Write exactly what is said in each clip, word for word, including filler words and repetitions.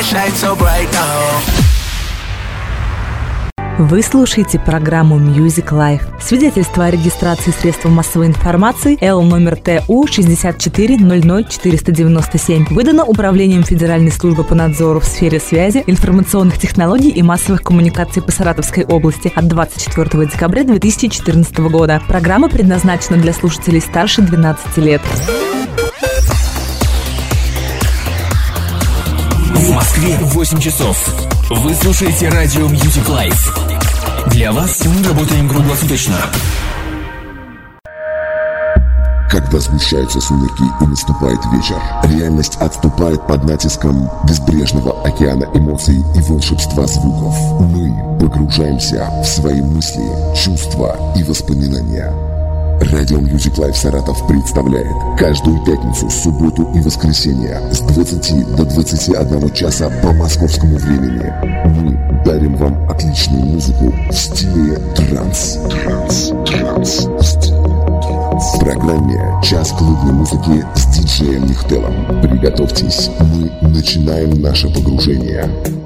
shine so bright now. Вы слушаете программу Music Life. Свидетельство о регистрации средств массовой информации Л номер Т У шестьдесят четыре ноль ноль четыреста девяносто семь выдано Управлением Федеральной службы по надзору в сфере связи, информационных технологий и массовых коммуникаций по Саратовской области от двадцать четвёртого декабря две тысячи четырнадцатого года. Программа предназначена для слушателей старше двенадцати лет. В Москве восемь часов. Вы слушаете радио Music Life. Для вас мы работаем круглосуточно. Когда сгущаются сумерки и наступает вечер, реальность отступает под натиском безбрежного океана эмоций и волшебства звуков. Мы погружаемся в свои мысли, чувства и воспоминания. Радио Music Life Саратов представляет каждую пятницу, субботу и воскресенье с двадцати до двадцати одного часа по московскому времени. Мы дарим вам отличную музыку в стиле транс. Транс, транс, в программе «Час клубной музыки» с диджеем Нихтелом. Приготовьтесь, мы начинаем наше погружение.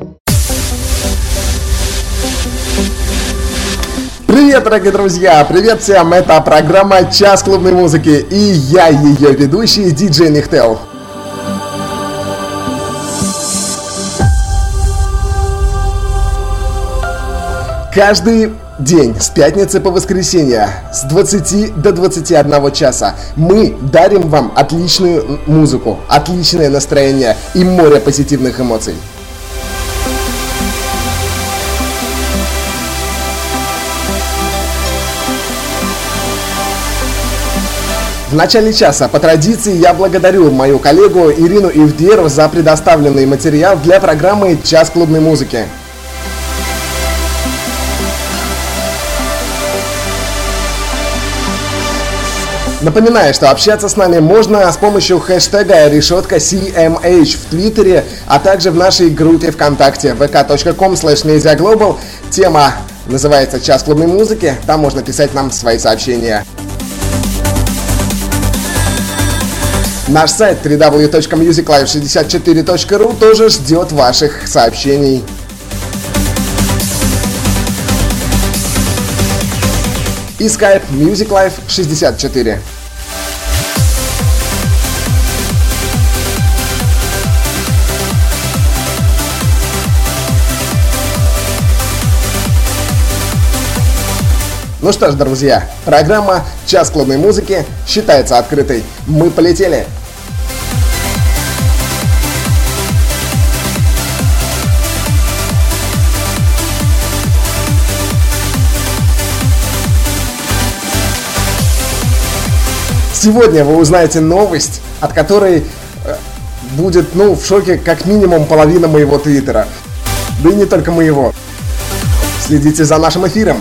Привет, дорогие друзья! Привет всем! Это программа «Час клубной музыки» и я, ее ведущий, диджей Нихтел. Каждый день с пятницы по воскресенье с двадцати до двадцати одного часа мы дарим вам отличную музыку, отличное настроение и море позитивных эмоций. В начале часа, по традиции, я благодарю мою коллегу Ирину Ивдеру за предоставленный материал для программы «Час клубной музыки». Напоминаю, что общаться с нами можно с помощью хэштега решетка си эм эйч в Твиттере, а также в нашей группе ВКонтакте вэ ка точка ком слэш медиаглобал. Тема называется «Час клубной музыки», там можно писать нам свои сообщения. Наш сайт дабл ю дабл ю дабл ю точка мьюзик лайф шестьдесят четыре точка ру тоже ждет ваших сообщений. И skype Music Life шестьдесят четыре. Ну что ж, друзья, программа «Час клубной музыки» считается открытой. Мы полетели! Сегодня вы узнаете новость, от которой э, будет, ну, в шоке как минимум половина моего твиттера. Да и не только моего. Следите за нашим эфиром.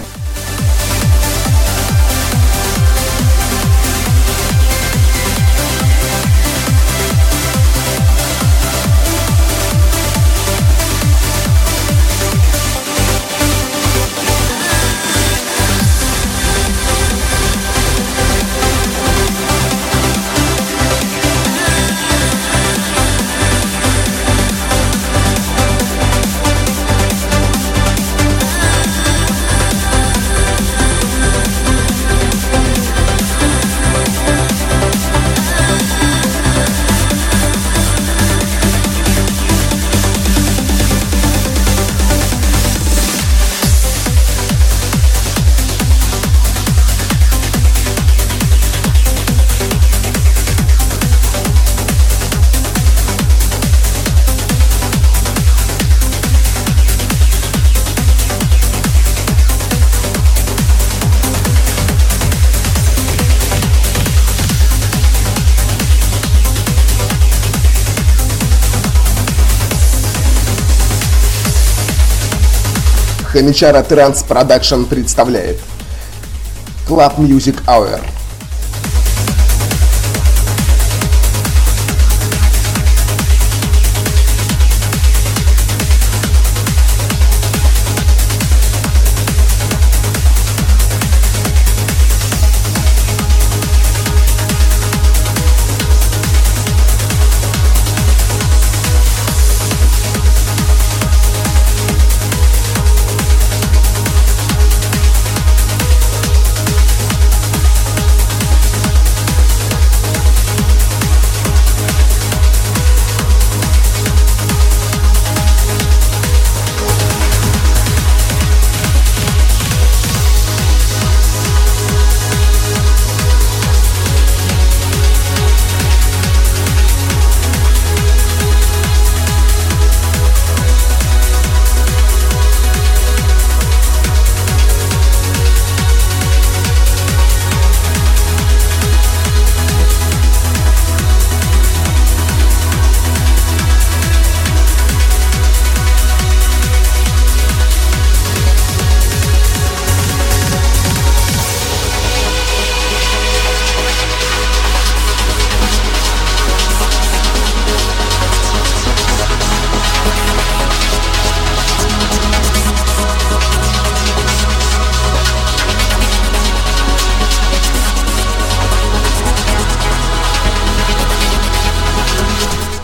Хомичара Транс Продакшн представляет Club Music Hour.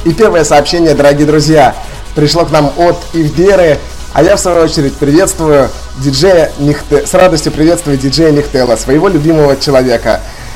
И первое сообщение, дорогие друзья, пришло к нам от Ивдеры, а я в свою очередь приветствую диджея Нихте... с радостью приветствую диджея Нихтела, своего любимого человека.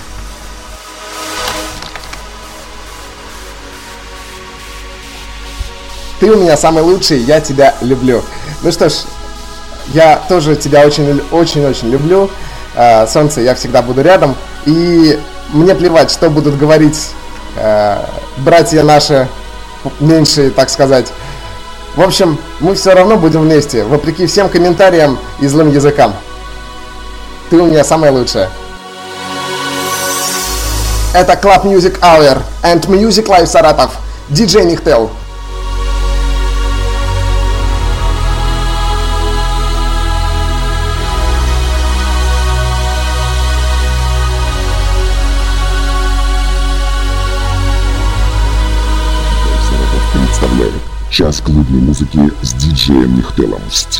Ты у меня самый лучший, я тебя люблю. Ну что ж, я тоже тебя очень-очень-очень люблю. Солнце, я всегда буду рядом. И мне плевать, что будут говорить э, братья наши, меньшие, так сказать. В общем, мы все равно будем вместе, вопреки всем комментариям и злым языкам. Ты у меня самая лучшая. Это Club Music Hour and Music Live Саратов. диджей Нихтел. Час клубной музыки с диджеем Нихтелом.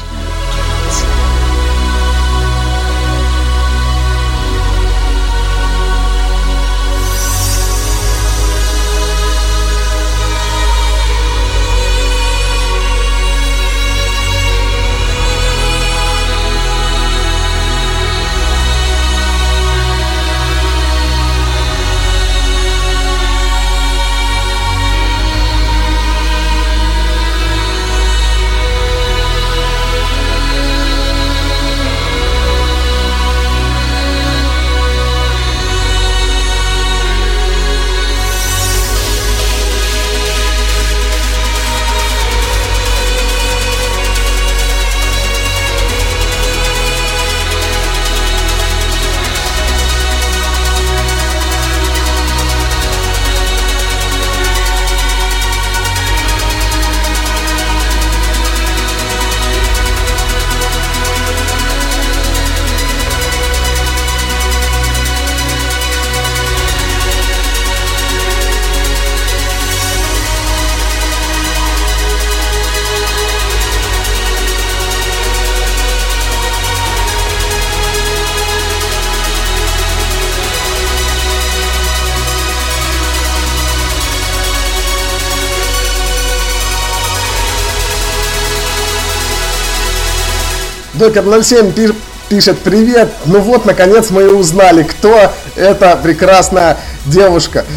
Докер ноль семь пишет: привет, ну вот наконец мы и узнали, кто эта прекрасная девушка.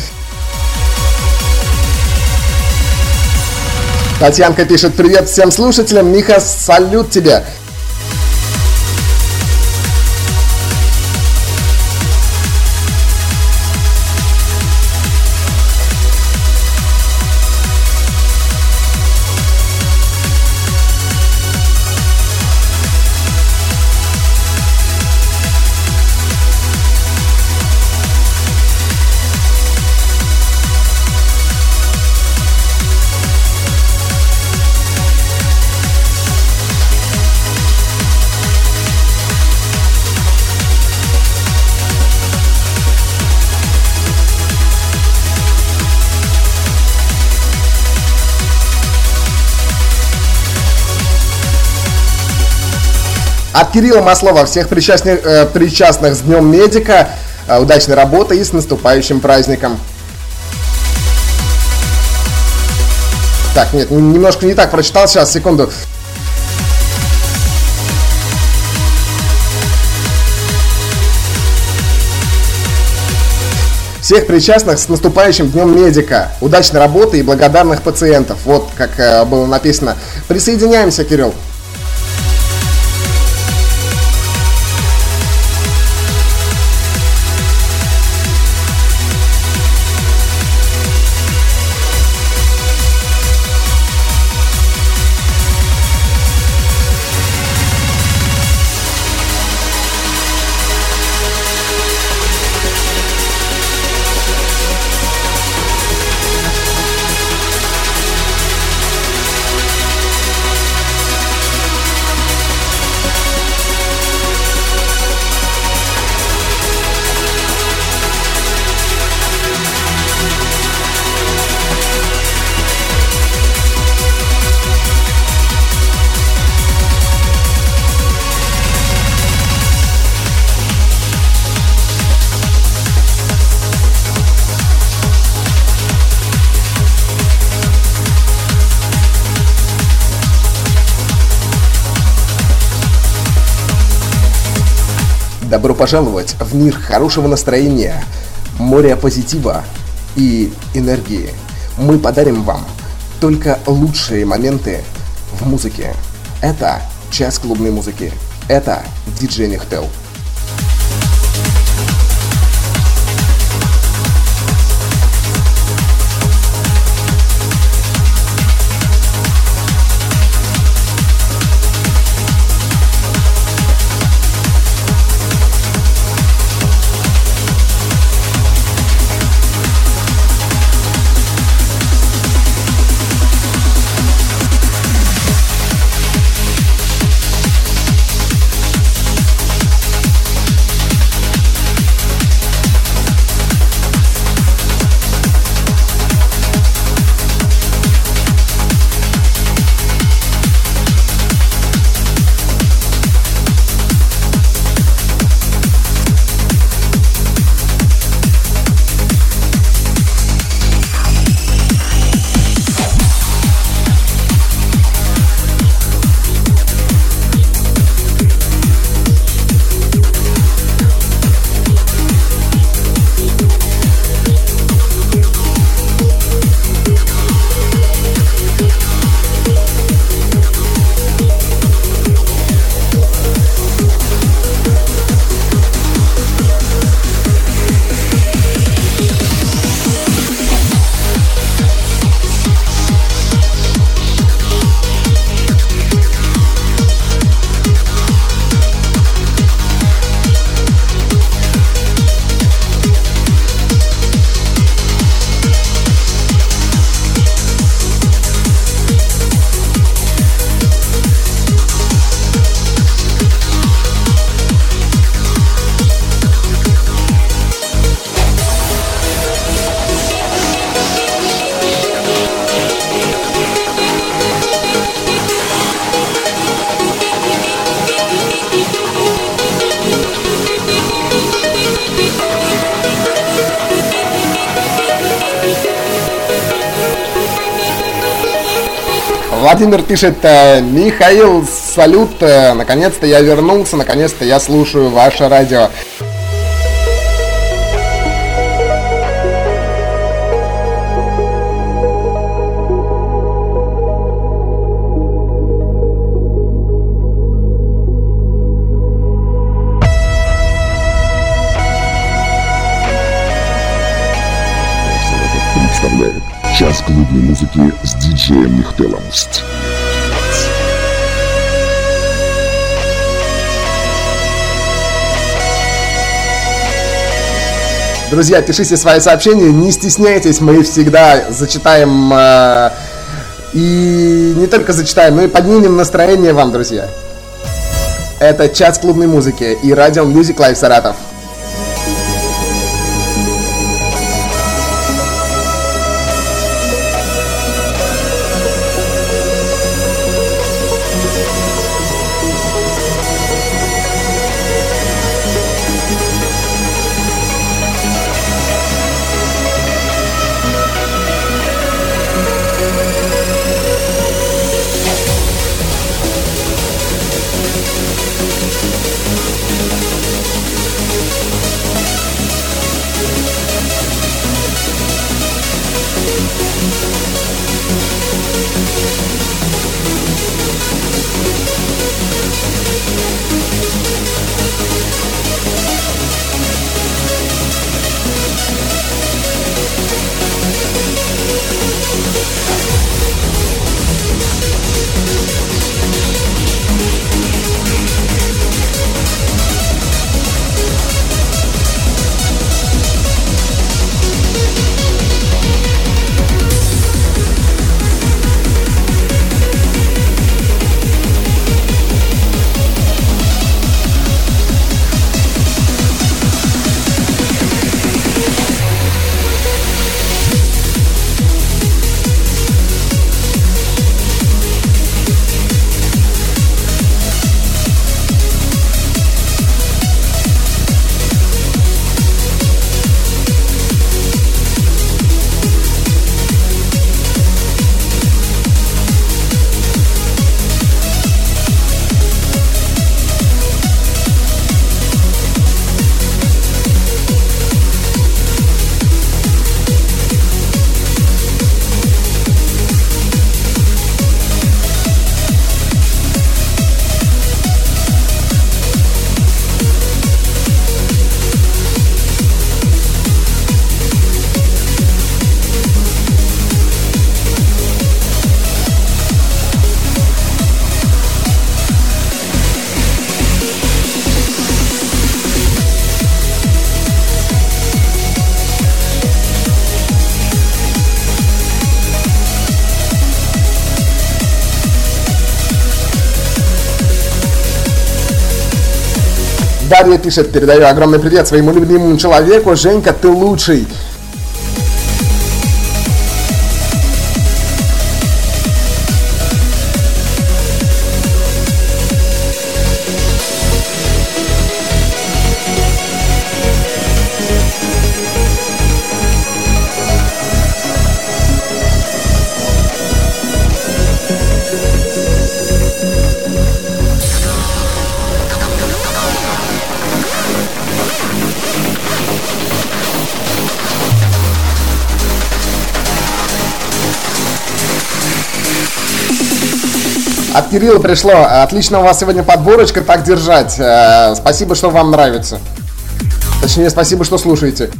Татьянка пишет: привет всем слушателям, Миха, салют тебе. От Кирилла Маслова: всех причастных, э, причастных с Днем Медика, э, удачной работы и с наступающим праздником. Так, нет, немножко не так прочитал, сейчас, секунду. Всех причастных с наступающим Днем Медика, удачной работы и благодарных пациентов. Вот как э, было написано. Присоединяемся, Кирилл. Добро пожаловать в мир хорошего настроения, моря позитива и энергии. Мы подарим вам только лучшие моменты в музыке. Это час клубной музыки. Это диджей Нихтел. Владимир пишет: Михаил, салют, наконец-то я вернулся, наконец-то я слушаю ваше радио. Представляет час клубной музыки с диджеем Нихтелом. Друзья, пишите свои сообщения, не стесняйтесь, мы всегда зачитаем э, и не только зачитаем, но и поднимем настроение вам, друзья. Это час клубной музыки и радио Music Life Саратов. Дарья пишет: передаю огромный привет своему любимому человеку. Женька, ты лучший. От Кирилла пришло: отлично у вас сегодня подборочка, так держать. Э, спасибо, что вам нравится. Точнее, спасибо, что слушаете.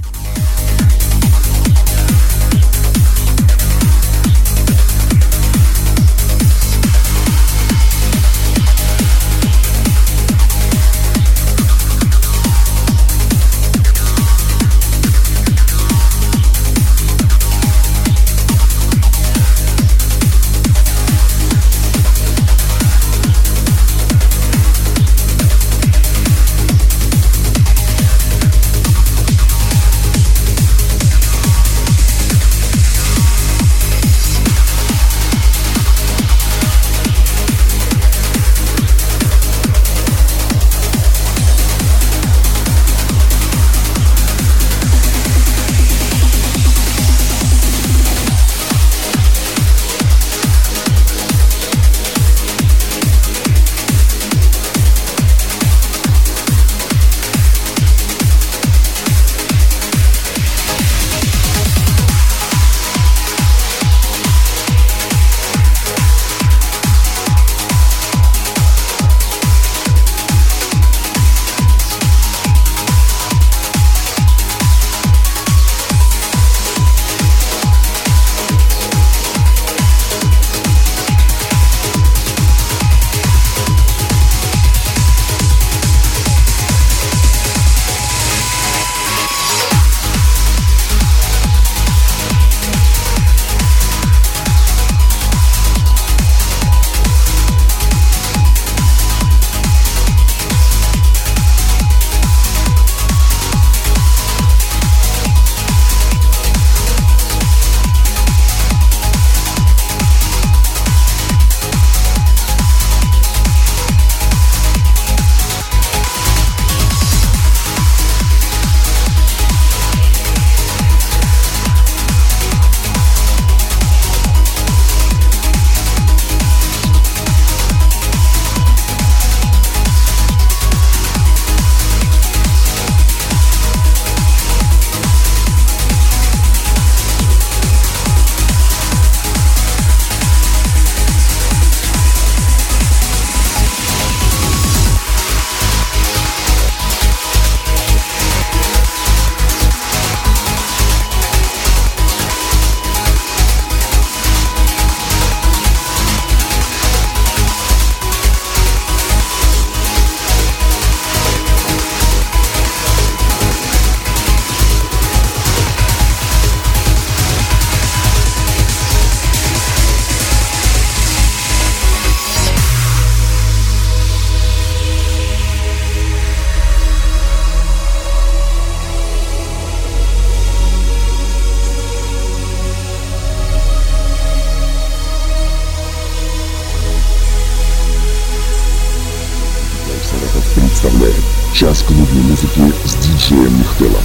Час клубной музыки с диджеем Михтелом.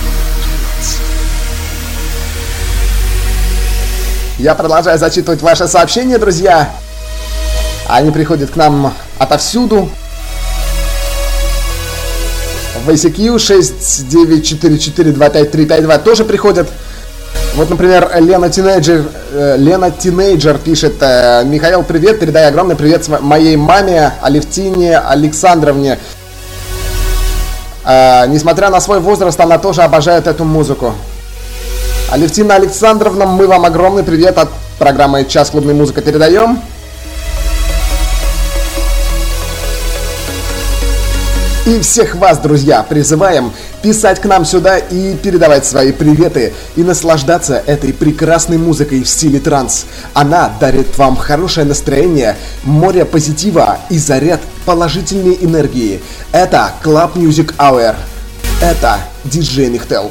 Я продолжаю зачитывать ваши сообщения, друзья. Они приходят к нам отовсюду. В эй си кью шесть девять четыре четыре два пять три пять два тоже приходят. Вот, например, Лена Тинейджер, э, Лена Тинейджер пишет: э, Михаил, привет, передай огромный привет моей маме Алевтине Александровне. Э, несмотря на свой возраст, она тоже обожает эту музыку. Алевтина Александровна, мы вам огромный привет от программы «Час клубной музыки» передаем. И всех вас, друзья, призываем писать к нам сюда и передавать свои приветы и наслаждаться этой прекрасной музыкой в стиле транс. Она дарит вам хорошее настроение, море позитива и заряд положительной энергии. Это Club Music Hour. Это диджей Михтел.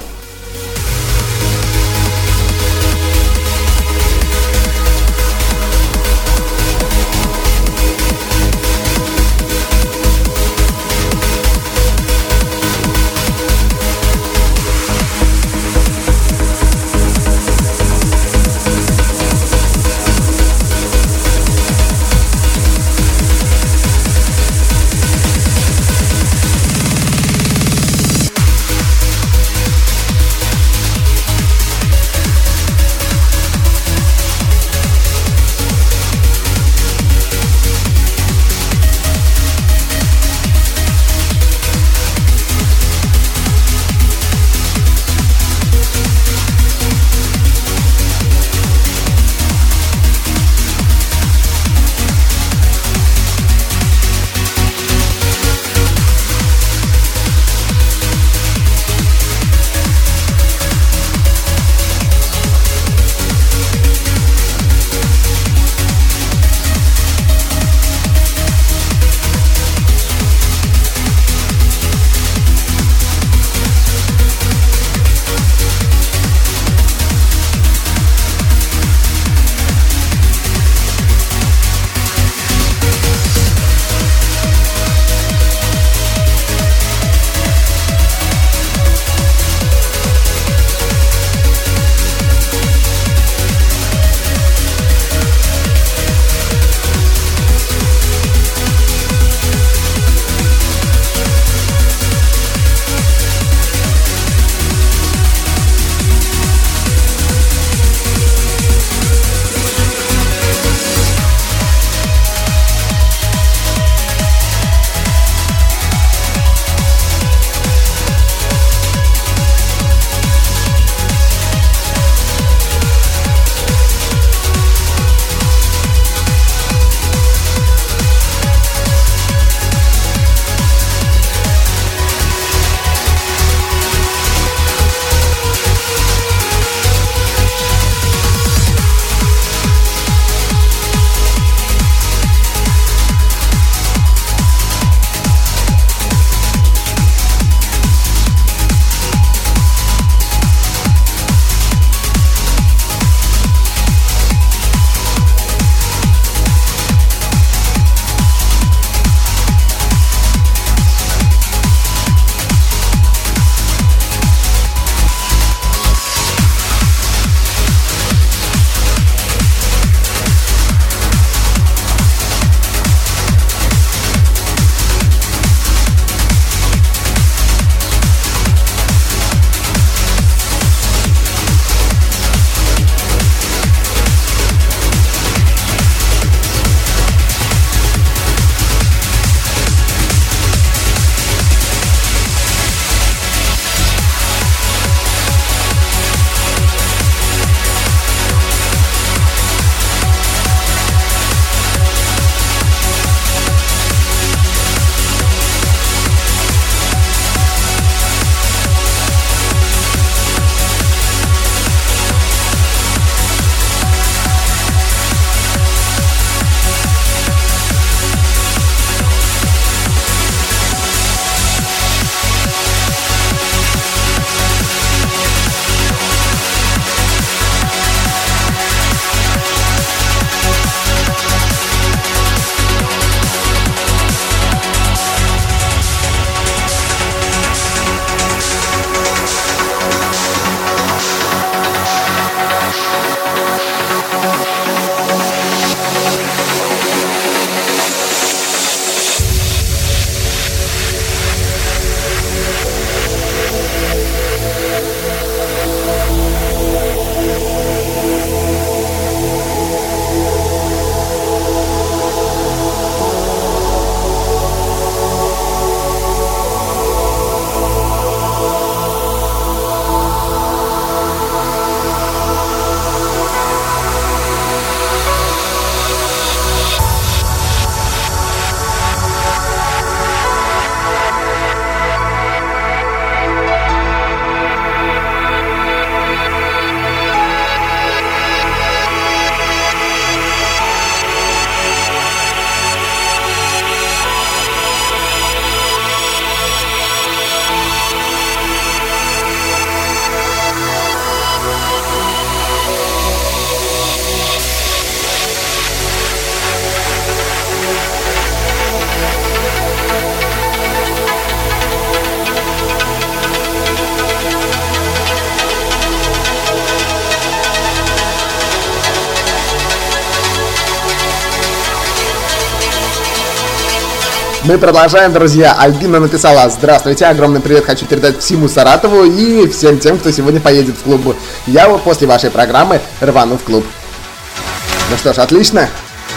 Мы продолжаем, друзья. Альбина написала: здравствуйте, огромный привет хочу передать всему Саратову и всем тем, кто сегодня поедет в клуб. Я вот после вашей программы рвану в клуб. Ну что ж, отлично.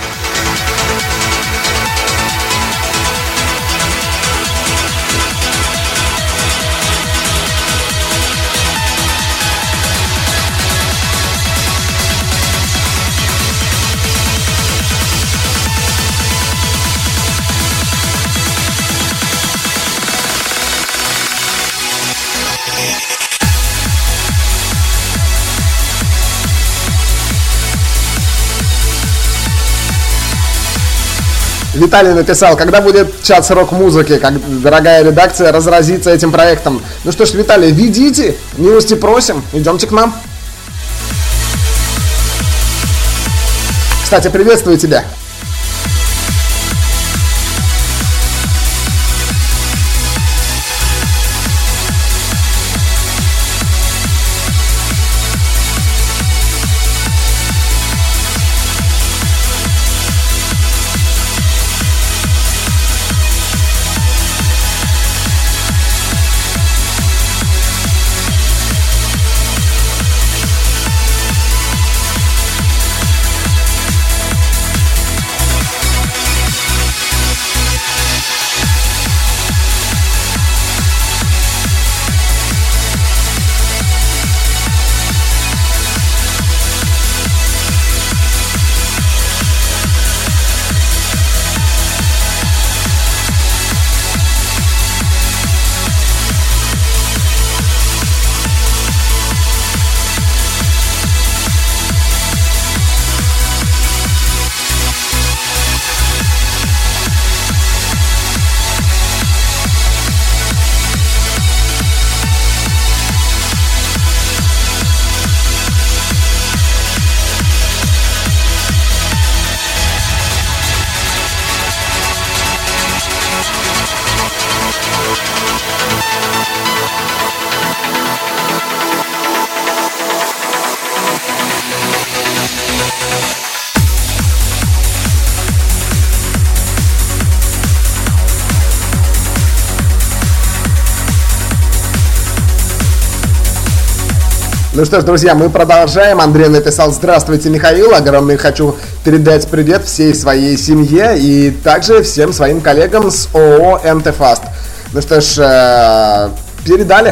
Виталий написал: когда будет час рок-музыки, как дорогая редакция разразится этим проектом. Ну что ж, Виталий, ведите, милости просим, идемте к нам. Кстати, приветствую тебя. Ну что ж, друзья, мы продолжаем. Андрей написал: здравствуйте, Михаил, огромный хочу передать привет всей своей семье и также всем своим коллегам с ООО эм тэ Fast. Ну что ж, э, передали.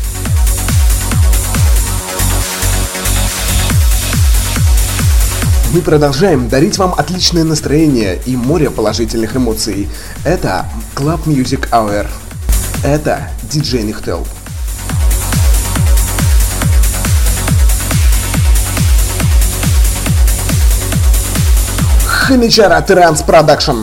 Мы продолжаем дарить вам отличное настроение и море положительных эмоций. Это Club Music Hour. Это диджей Нихтел. Хомячара Транс Продакшн.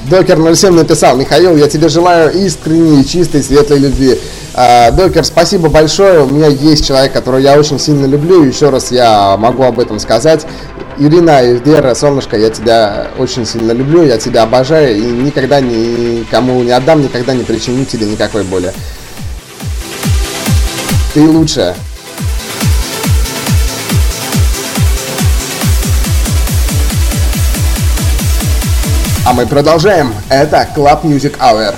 Докер ноль семь написал: Михаил, я тебе желаю искренней, чистой, светлой любви. А, Докер, спасибо большое. У меня есть человек, которого я очень сильно люблю. Еще раз я могу об этом сказать. Ирина, Вера, солнышко, я тебя очень сильно люблю, я тебя обожаю и никогда никому не отдам, никогда не причиню тебе никакой боли. Ты лучшая. А мы продолжаем. Это Club Music Hour.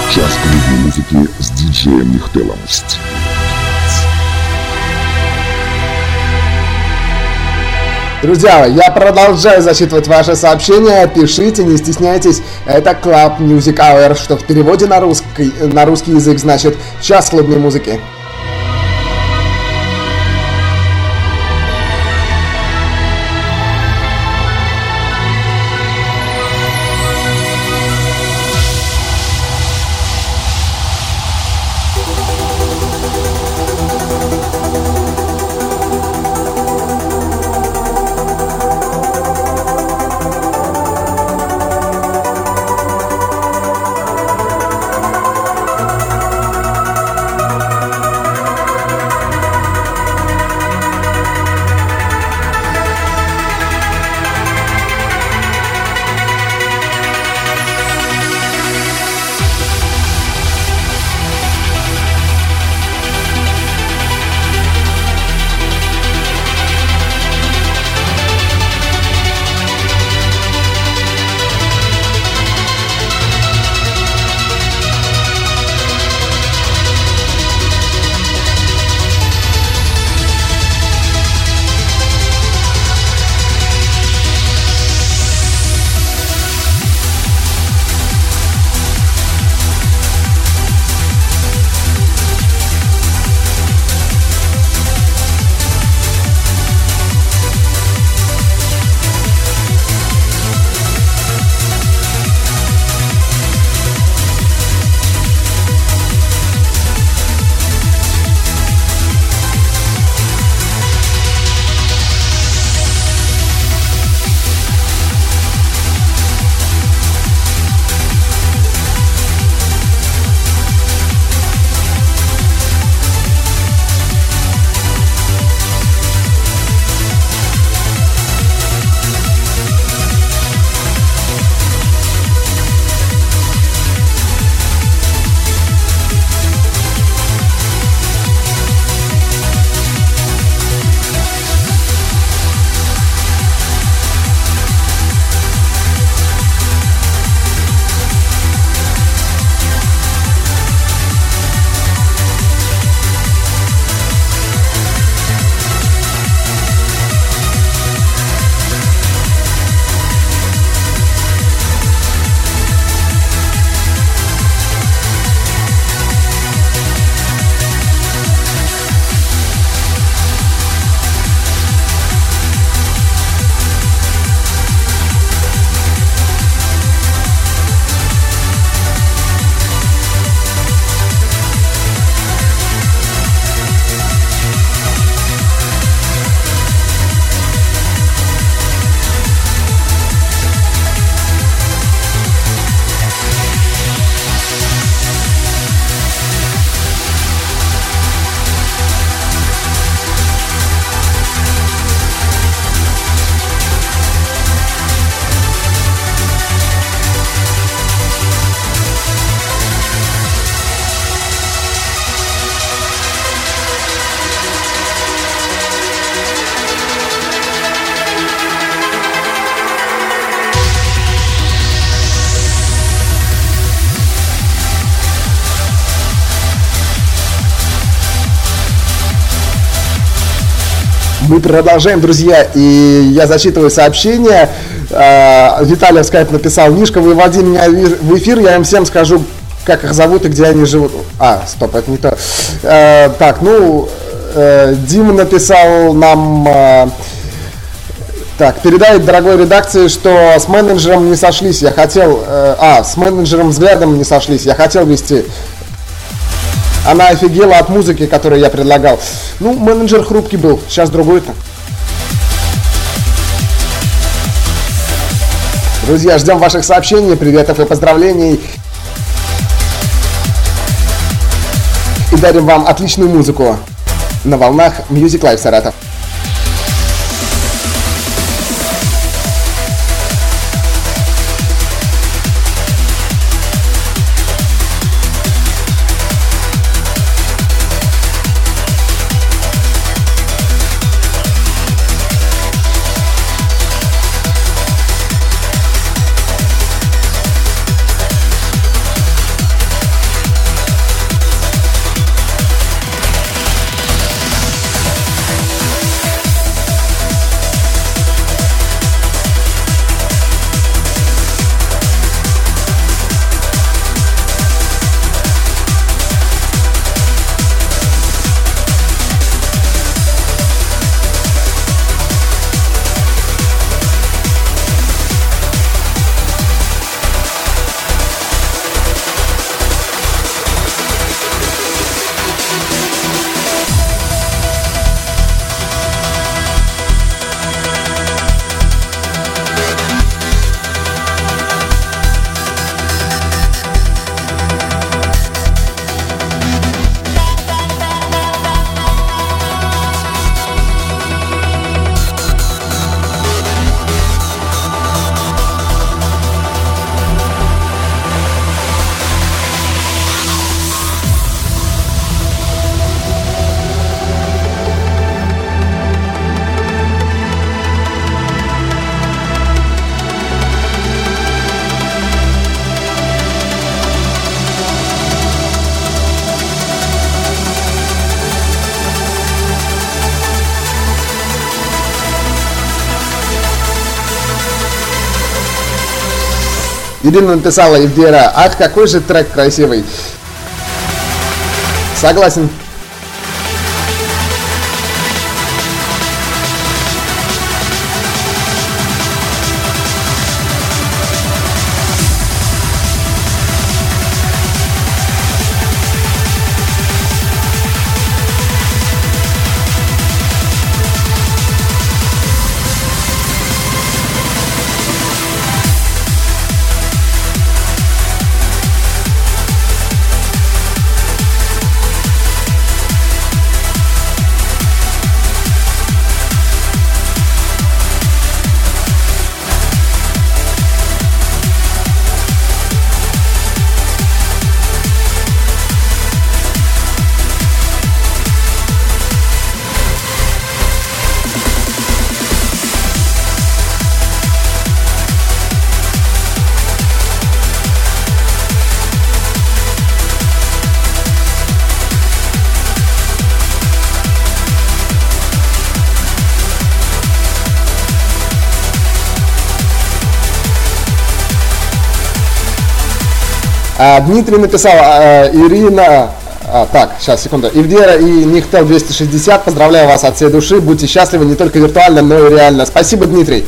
Час клубной музыки с диджеем Михтелом. Друзья, я продолжаю зачитывать ваши сообщения. Пишите, не стесняйтесь. Это Club Music Hour, что в переводе на русский, на русский язык значит «Час клубной музыки». Мы продолжаем, друзья, и я зачитываю сообщение. Виталий в скайп написал: Мишка, выводи меня в эфир, я им всем скажу, как их зовут и где они живут. А, стоп, это не то. Так, ну, Дима написал нам... Так, передай дорогой редакции, что с менеджером не сошлись. Я хотел... А, с менеджером взглядом не сошлись. Я хотел вести... Она офигела от музыки, которую я предлагал. Ну, менеджер хрупкий был, сейчас другой-то. Друзья, ждем ваших сообщений, приветов и поздравлений. И дарим вам отличную музыку на волнах Music Life Саратов. Ирина написала: Евгера, ах, какой же трек красивый. Согласен. А, Дмитрий написал: а, Ирина, а, так, сейчас, секунду, Евгера и Нихтел двести шестьдесят, поздравляю вас от всей души, будьте счастливы не только виртуально, но и реально. Спасибо, Дмитрий.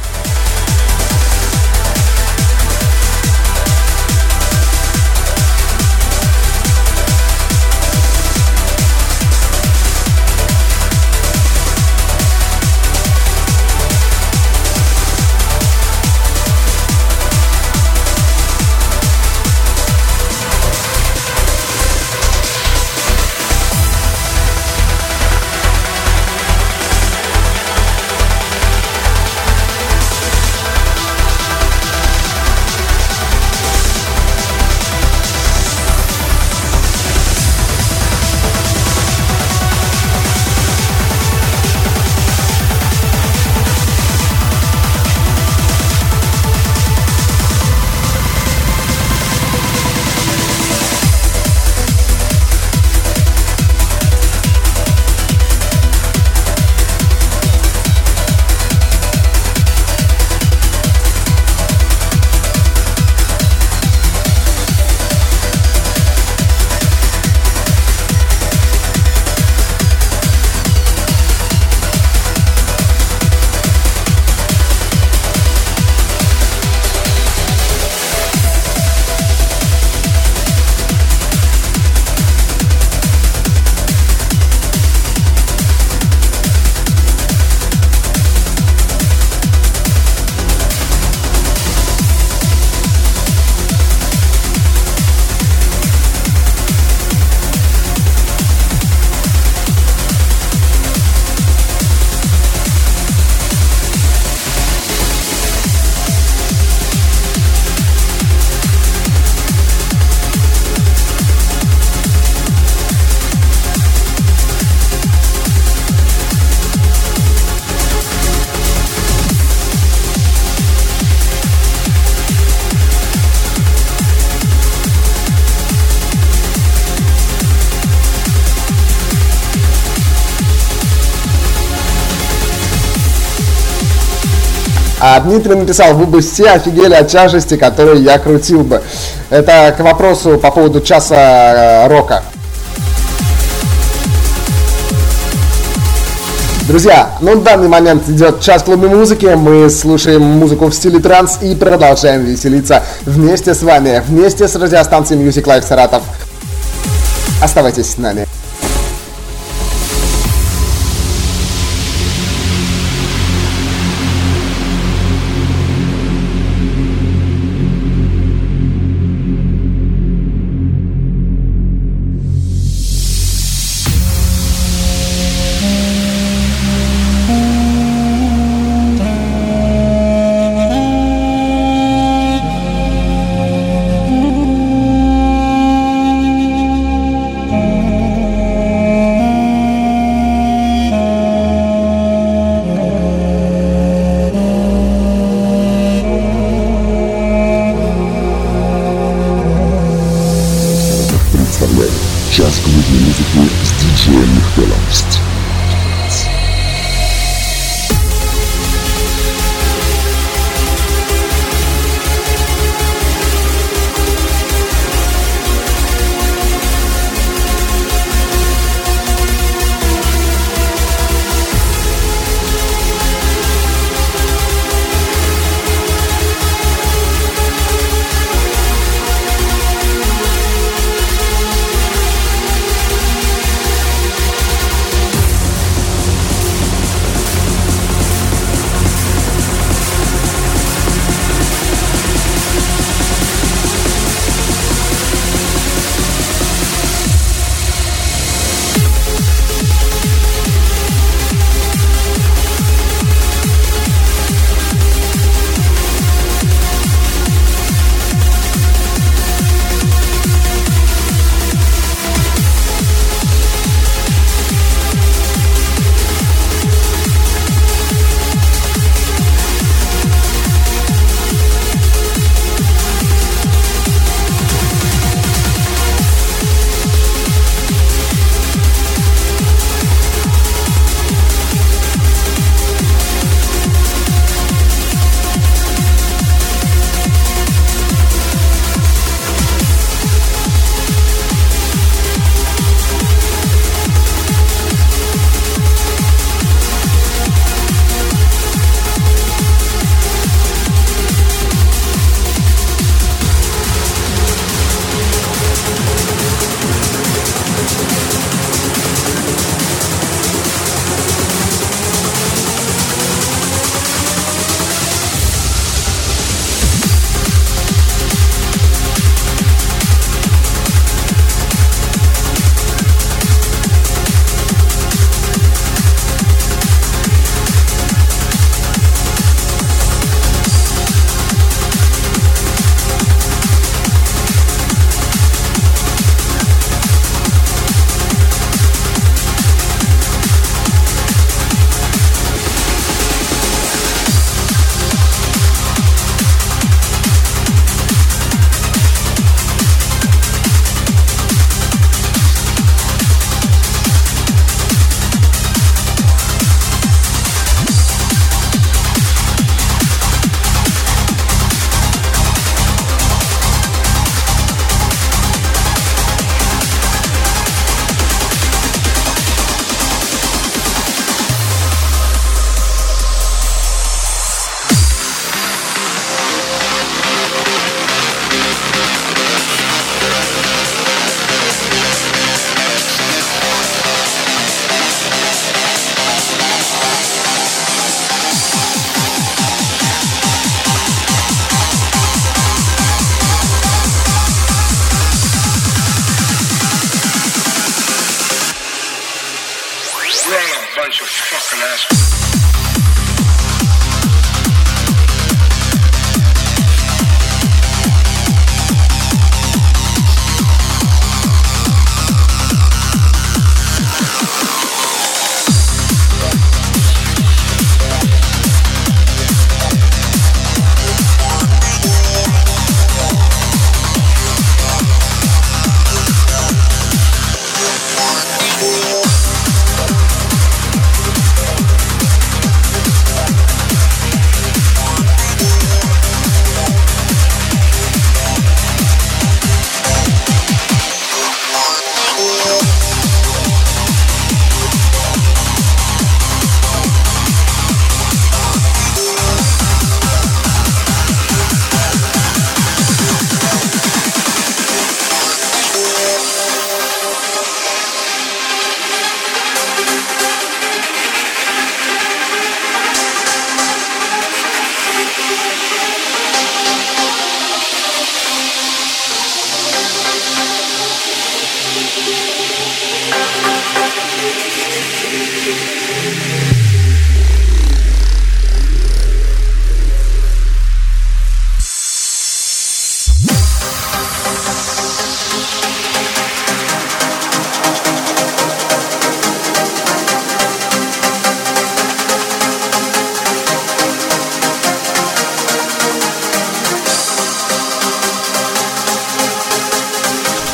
А Дмитрий написал: вы бы все офигели от тяжести, которую я крутил бы. Это к вопросу по поводу часа рока. Друзья, ну в данный момент идет час клубной музыки, мы слушаем музыку в стиле транс и продолжаем веселиться вместе с вами, вместе с радиостанцией Music Life Саратов. Оставайтесь с нами. Час клубной музыки с диджеем Нихтелом.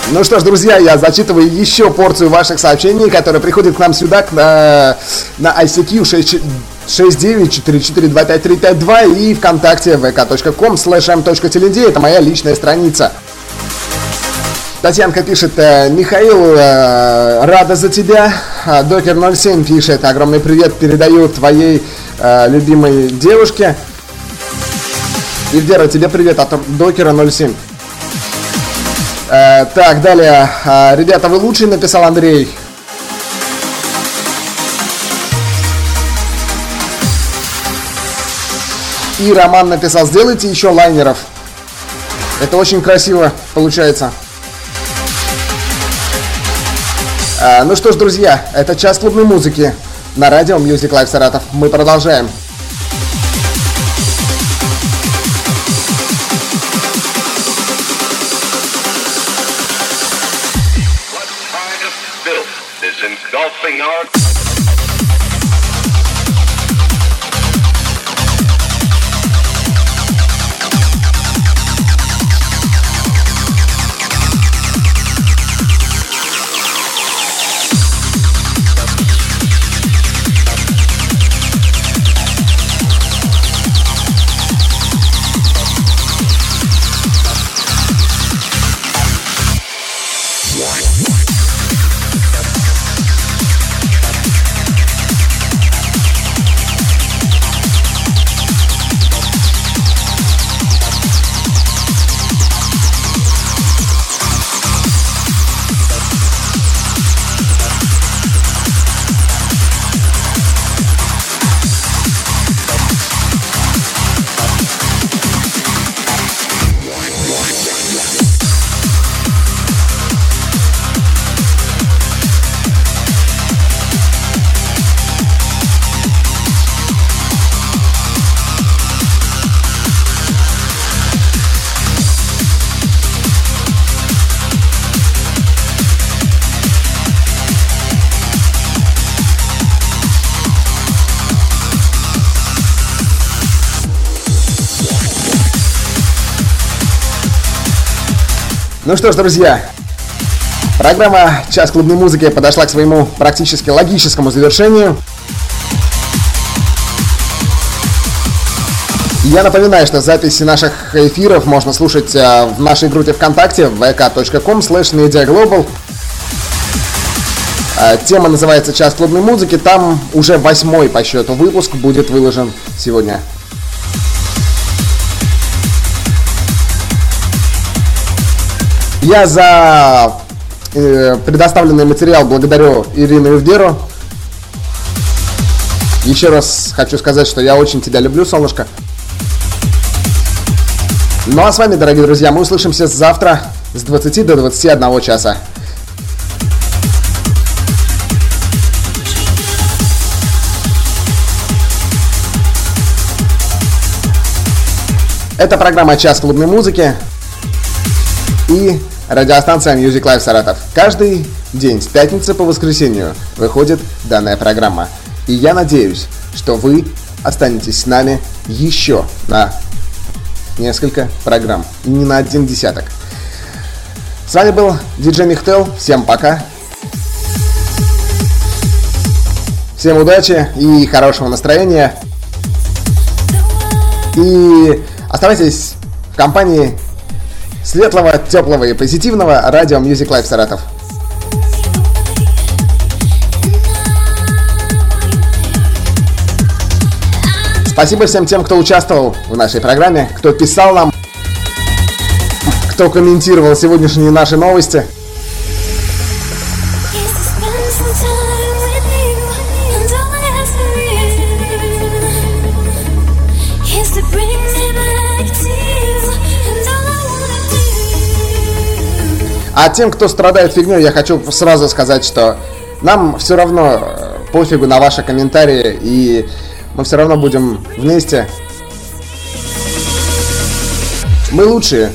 Ну что ж, друзья, я зачитываю еще порцию ваших сообщений, которые приходят к нам сюда, на, на ай си кью шесть девять четыре четыре два пять три пять два и ВКонтакте vk.com slash m.tld. Это моя личная страница. Татьянка пишет: Михаил, рада за тебя. Докер ноль семь пишет: огромный привет передаю твоей э, любимой девушке. Ильдера, тебе привет от Докера ноль семь. Э, так, далее. Э, ребята, вы лучшие, написал Андрей. И Роман написал: сделайте еще лайнеров. Это очень красиво получается. Э, ну что ж, друзья, это час клубной музыки на радио Music Live Саратов. Мы продолжаем. Engulfing our Ну что ж, друзья, программа «Час клубной музыки» подошла к своему практически логическому завершению. Я напоминаю, что записи наших эфиров можно слушать в нашей группе ВКонтакте vk.com slash mediaglobal. Тема называется «Час клубной музыки». Там уже восьмой по счету выпуск будет выложен сегодня. Я за э, предоставленный материал благодарю Ирину Ивдеру. Еще раз хочу сказать, что я очень тебя люблю, солнышко. Ну а с вами, дорогие друзья, мы услышимся завтра с двадцати до двадцати одного часа. Это программа «Час клубной музыки» и радиостанция Music Live Саратов. Каждый день с пятницы по воскресенью выходит данная программа. И я надеюсь, что вы останетесь с нами еще на несколько программ. И не на один десяток. С вами был диджей Михтел. Всем пока. Всем удачи и хорошего настроения. И оставайтесь в компании светлого, теплого и позитивного радио Music Live Саратов. Спасибо всем тем, кто участвовал в нашей программе, кто писал нам, кто комментировал сегодняшние наши новости. А тем, кто страдает фигней, я хочу сразу сказать, что нам все равно пофигу на ваши комментарии, и мы все равно будем вместе. Мы лучшие.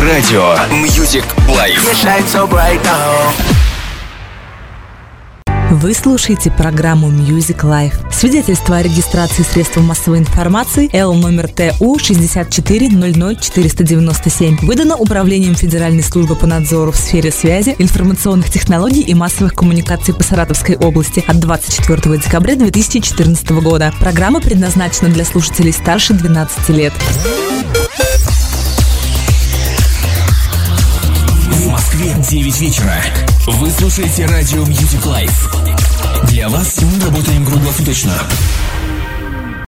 радио Music Life. Вы слушаете программу Music Life. Свидетельство о регистрации средств массовой информации Л номер Т У шестьдесят четыре ноль ноль четыреста девяносто семь выдано Управлением Федеральной службы по надзору в сфере связи, информационных технологий и массовых коммуникаций по Саратовской области от двадцать четвёртого декабря две тысячи четырнадцатого года. Программа предназначена для слушателей старше двенадцати лет. В Москве девять вечера. Вы слушаете радио Music Life. Для вас мы работаем круглосуточно.